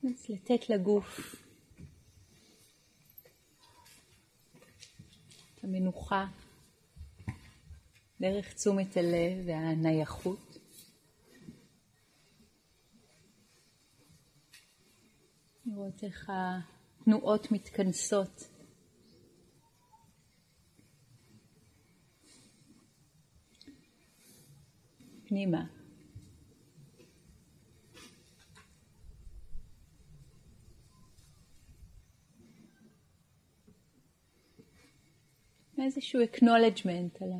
אז לתת לגוף את המנוחה דרך תשומת הלב והנייחות. לראות איך התנועות מתכנסות. פנימה. איזשהו acknowledgement על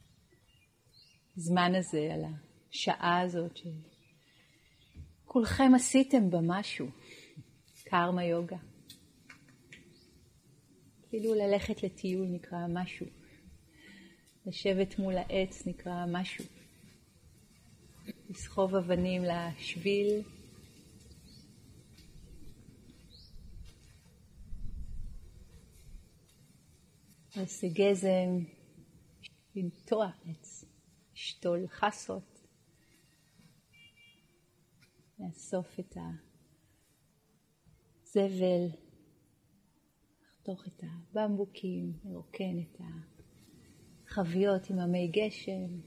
הזמן הזה, על השעה הזאת שכולכם עשיתם בה משהו. קרמה יוגה. כאילו ללכת לטיול נקרא משהו. לשבת מול העץ נקרא משהו. לסחוב אבנים לשביל. לעשה גזם, לנטוע עץ, לשתול חסות, לאסוף את הזבל, לחתוך את הבמבוקים, לרוקן את החביות עם המי גשם,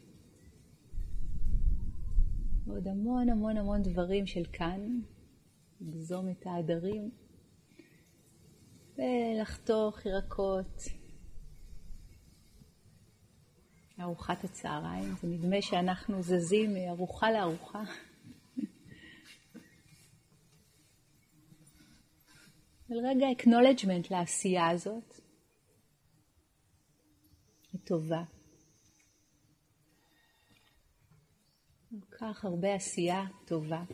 ועוד המון המון המון דברים של כאן, לגזום את העדרים, ולחתוך ירקות, ארוחת הצהריים. זה נדמה שאנחנו זזים מארוחה לארוחה. ולרגע acknowledgement לעשייה הזאת. היא טובה. כל כך הרבה עשייה טובה.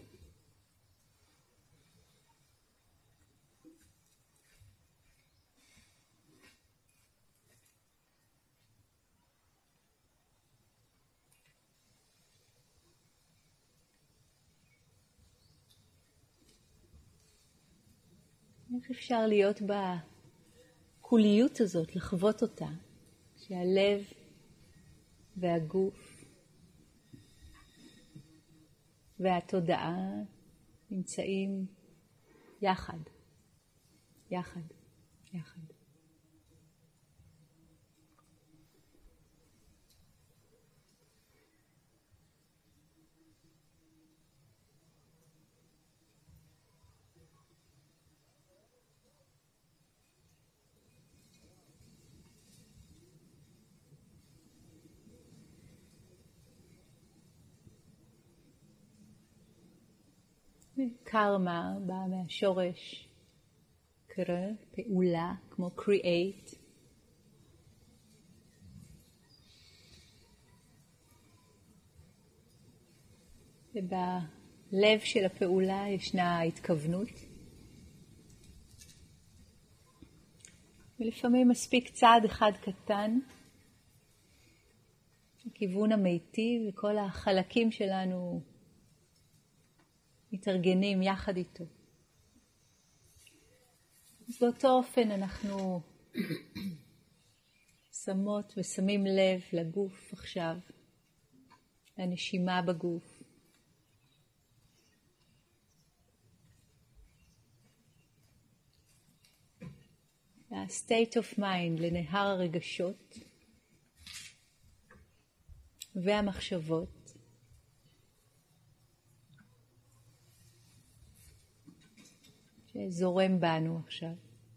איך אפשר להיות בקוליות הזאת, לחוות אותה, שהלב והגוף והתודעה נמצאים יחד, יחד, יחד. קרמה באה מהשורש קרא, פעולה, כמו create. ובלב של הפעולה ישנה התכוונות. ולפעמים מספיק צעד אחד קטן, הכיוון המיטיב, וכל החלקים שלנו מתארגנים יחד איתו. אז באותו אופן אנחנו שמות ושמים לב לגוף עכשיו, לנשימה בגוף. ל-state of mind, לנהר הרגשות והמחשבות. שזורם בנו עכשיו.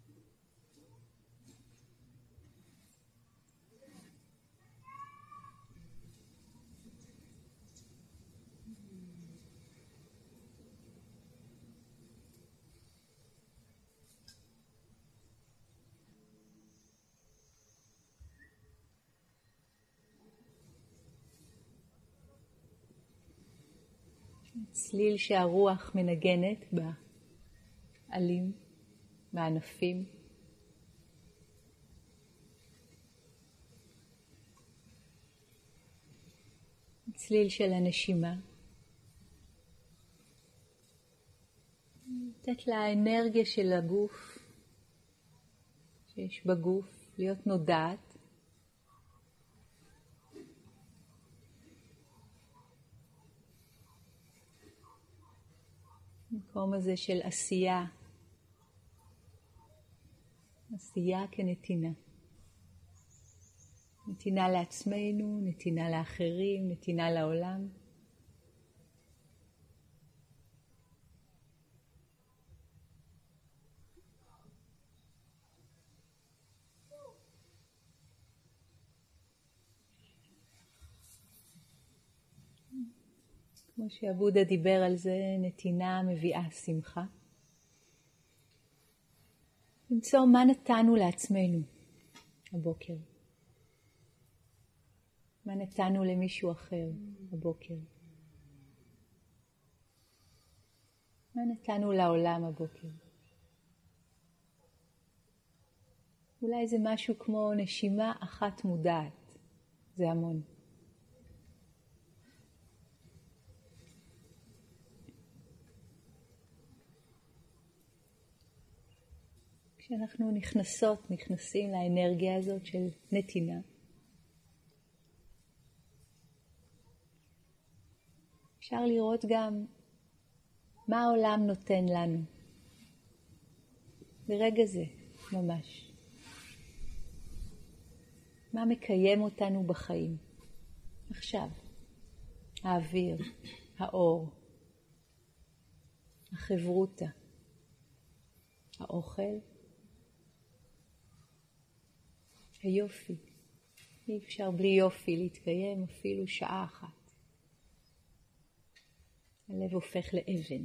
צליל שהרוח מנגנת בעלים, בענפים. צליל של הנשימה. לתת לאנרגיה של הגוף, שיש בגוף, להיות נודעת. המקום הזה של עשייה. עשייה כנתינה. נתינה לעצמנו, נתינה לאחרים, נתינה לעולם. כמו שהבודה דיבר על זה, נתינה מביאה שמחה. למצוא מה נתנו לעצמנו הבוקר. מה נתנו למישהו אחר הבוקר. מה נתנו לעולם הבוקר. אולי זה משהו כמו נשימה אחת מודעת. זה המון. כשאנחנו נכנסים לאנרגיה הזאת של נתינה, אפשר לראות גם מה העולם נותן לנו. ברגע זה, ממש. מה מקיים אותנו בחיים. עכשיו. האוויר, האור, החברותה, האוכל, היופי. אי אפשר בלי יופי להתקיים אפילו שעה אחת. הלב הופך לאבן.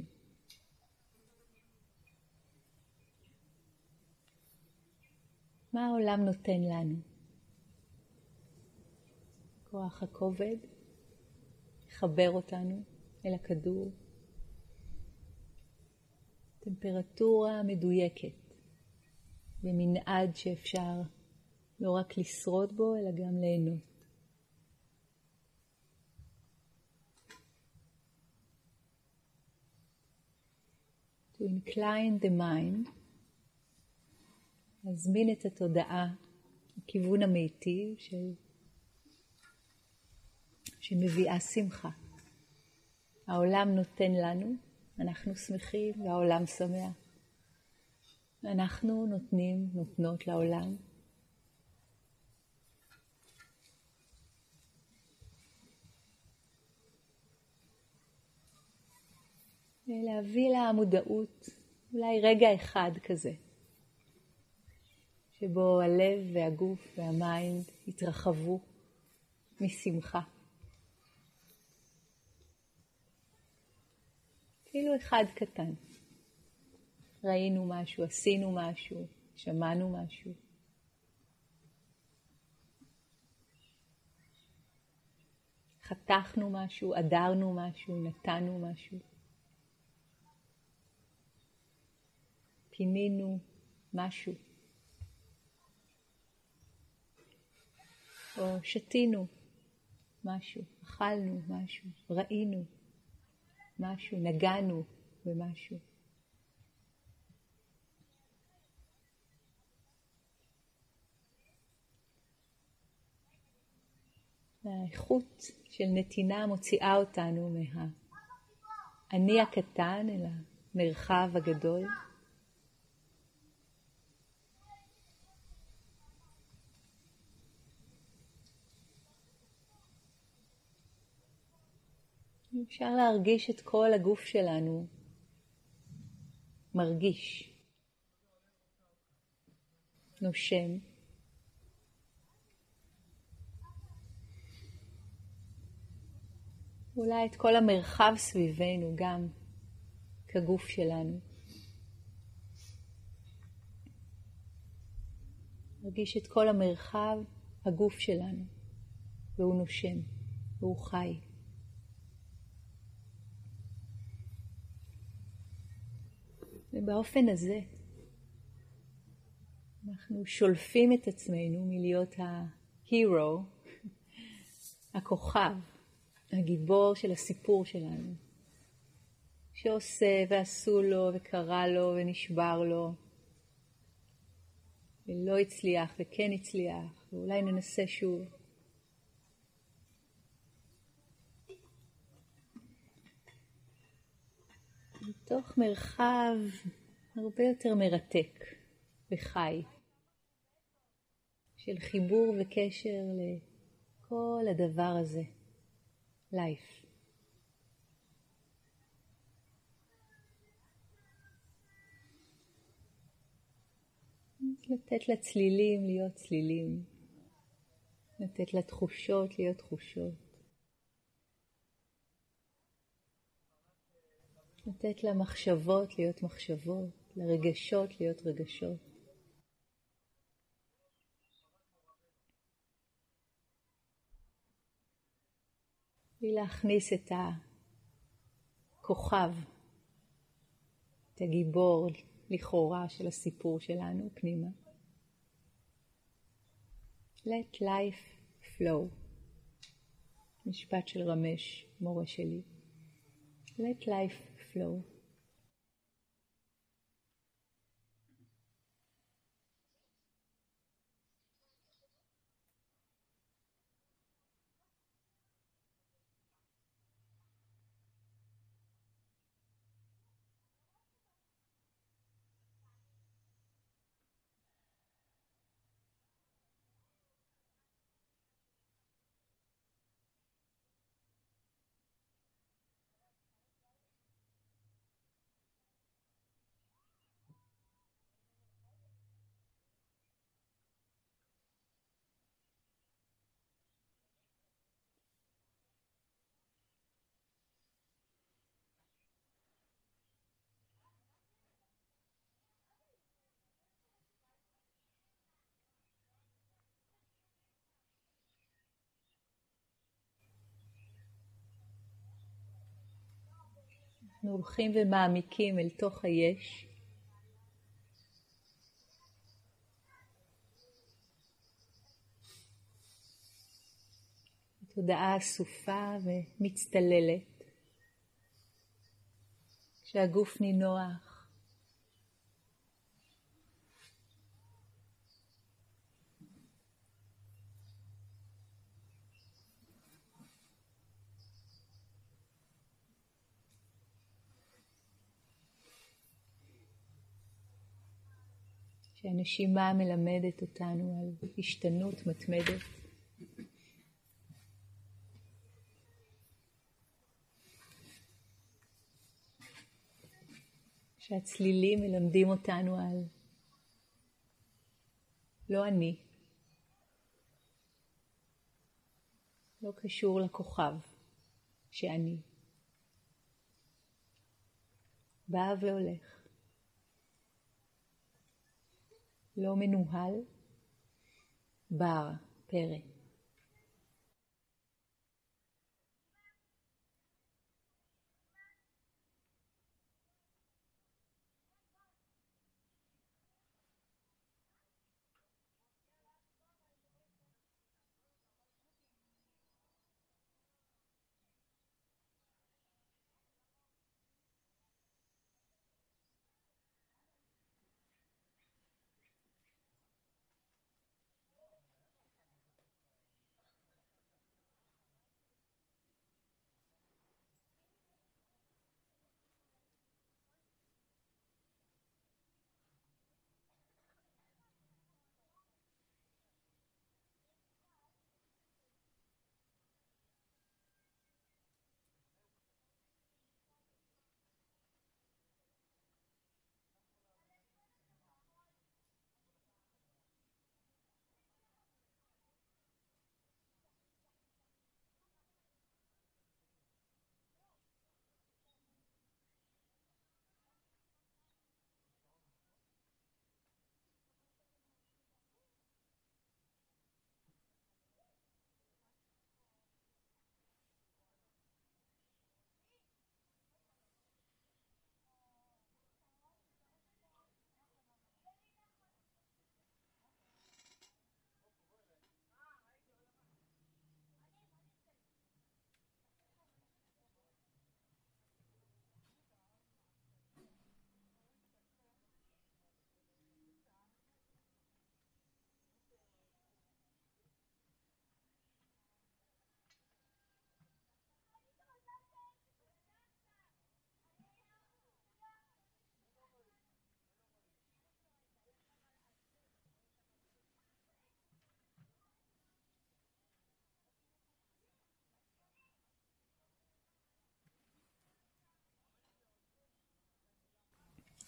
מה העולם נותן לנו? כוח הכובד, לחבר אותנו אל הכדור. טמפרטורה מדויקת, במנעד שאפשר לא רק לשרוד בו, אלא גם ליהנות. To incline the mind, להזמין את התודעה לכיוון המיטיב שמביאה שמחה. העולם נותן לנו, אנחנו שמחים והעולם שמח. אנחנו נותנות לעולם. להביא למודעות אולי רגע אחד כזה, שבו הלב והגוף והמיינד התרחבו משמחה. כאילו אחד קטן. ראינו משהו, עשינו משהו, שמענו משהו. חתכנו משהו, עדרנו משהו, נתנו משהו. פינינו משהו. או שתינו משהו, אכלנו משהו, ראינו משהו, נגענו במשהו. האיכות של נתינה מוציאה אותנו מהאני הקטן אל המרחב הגדול. אפשר להרגיש את כל הגוף שלנו מרגיש, נושם. אולי את כל המרחב סביבנו גם כגוף שלנו. מרגיש את כל המרחב הגוף שלנו, והוא נושם, והוא חי. ובאופן הזה אנחנו שולפים את עצמנו מלהיות ההירו, הכוכב, הגיבור של הסיפור שלנו, שעושה ועשו לו וקרא לו ונשבר לו, ולא הצליח וכן הצליח, ואולי ננסה שוב. לתוך מרחב הרבה יותר מרתק וחי, של חיבור וקשר לכל הדבר הזה, life. לתת לצלילים להיות צלילים, לתת לתחושות להיות תחושות, לתת למחשבות להיות מחשבות, לרגשות להיות רגשות. בלי להכניס את הכוכב, את הגיבור לכאורה של הסיפור שלנו פנימה. Let life flow. משפט של רמש, מורה שלי. Let life flow. אנחנו הולכים ומעמיקים אל תוך היש. התודעה אסופה ומצטללת. כשהגוף נינוח. שהנשימה מלמדת אותנו על השתנות מתמדת. שהצלילים מלמדים אותנו על לא אני, לא קשור לכוכב שאני. בא והולך. לא מנוהל, בר, פרא.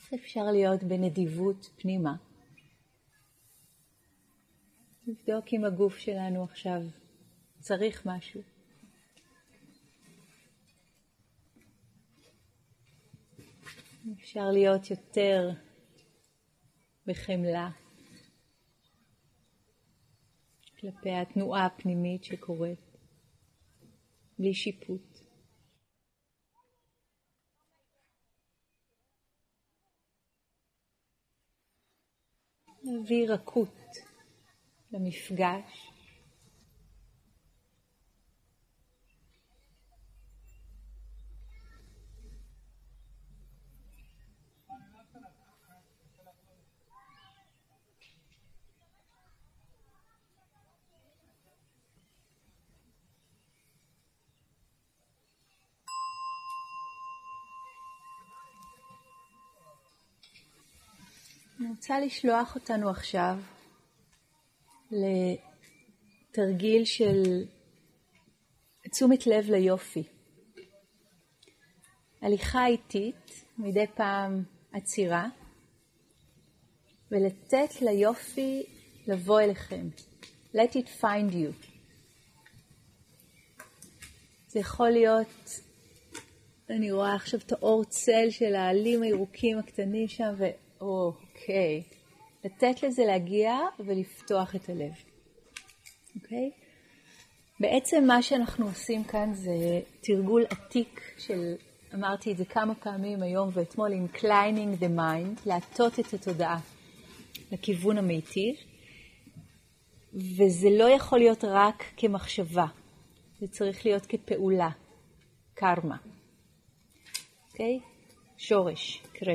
איך אפשר להיות בנדיבות פנימה? לבדוק אם הגוף שלנו עכשיו צריך משהו. אפשר להיות יותר בחמלה כלפי התנועה הפנימית שקורית, בלי שיפוט. להביא רכות למפגש. אני רוצה לשלוח אותנו עכשיו לתרגיל של תשומת לב ליופי. הליכה איטית, מדי פעם עצירה, ולתת ליופי לבוא אליכם. Let it find you. זה יכול להיות, אני רואה עכשיו את האור צל של העלים הירוקים הקטנים שם, אוקיי. לתת לזה להגיע ולפתוח את הלב. אוקיי? בעצם מה שאנחנו עושים כאן זה תרגול עתיק של, אמרתי את זה כמה פעמים היום ואתמול, inclining the mind, להטות את התודעה לכיוון המיטיב, וזה לא יכול להיות רק כמחשבה, זה צריך להיות כפעולה, קרמה. אוקיי? שורש, קרא.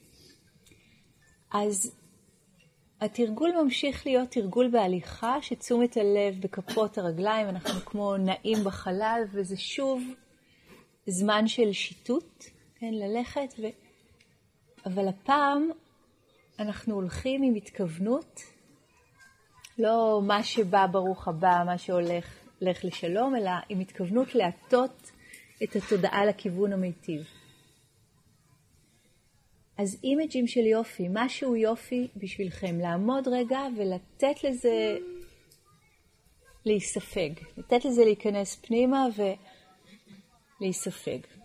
אז התרגול ממשיך להיות תרגול בהליכה, שתשומת הלב בכפות הרגליים, אנחנו כמו נעים בחלל, וזה שוב זמן של שיטוט, כן, ללכת, אבל הפעם אנחנו הולכים עם התכוונות, לא מה שבא ברוך הבא, מה שהולך לך לשלום, אלא עם התכוונות להטות את התודעה לכיוון המיטיב. אז אימג'ים של יופי, משהו יופי בשבילכם, לעמוד רגע ולתת לזה להיספג, לתת לזה להיכנס פנימה ולהיספג.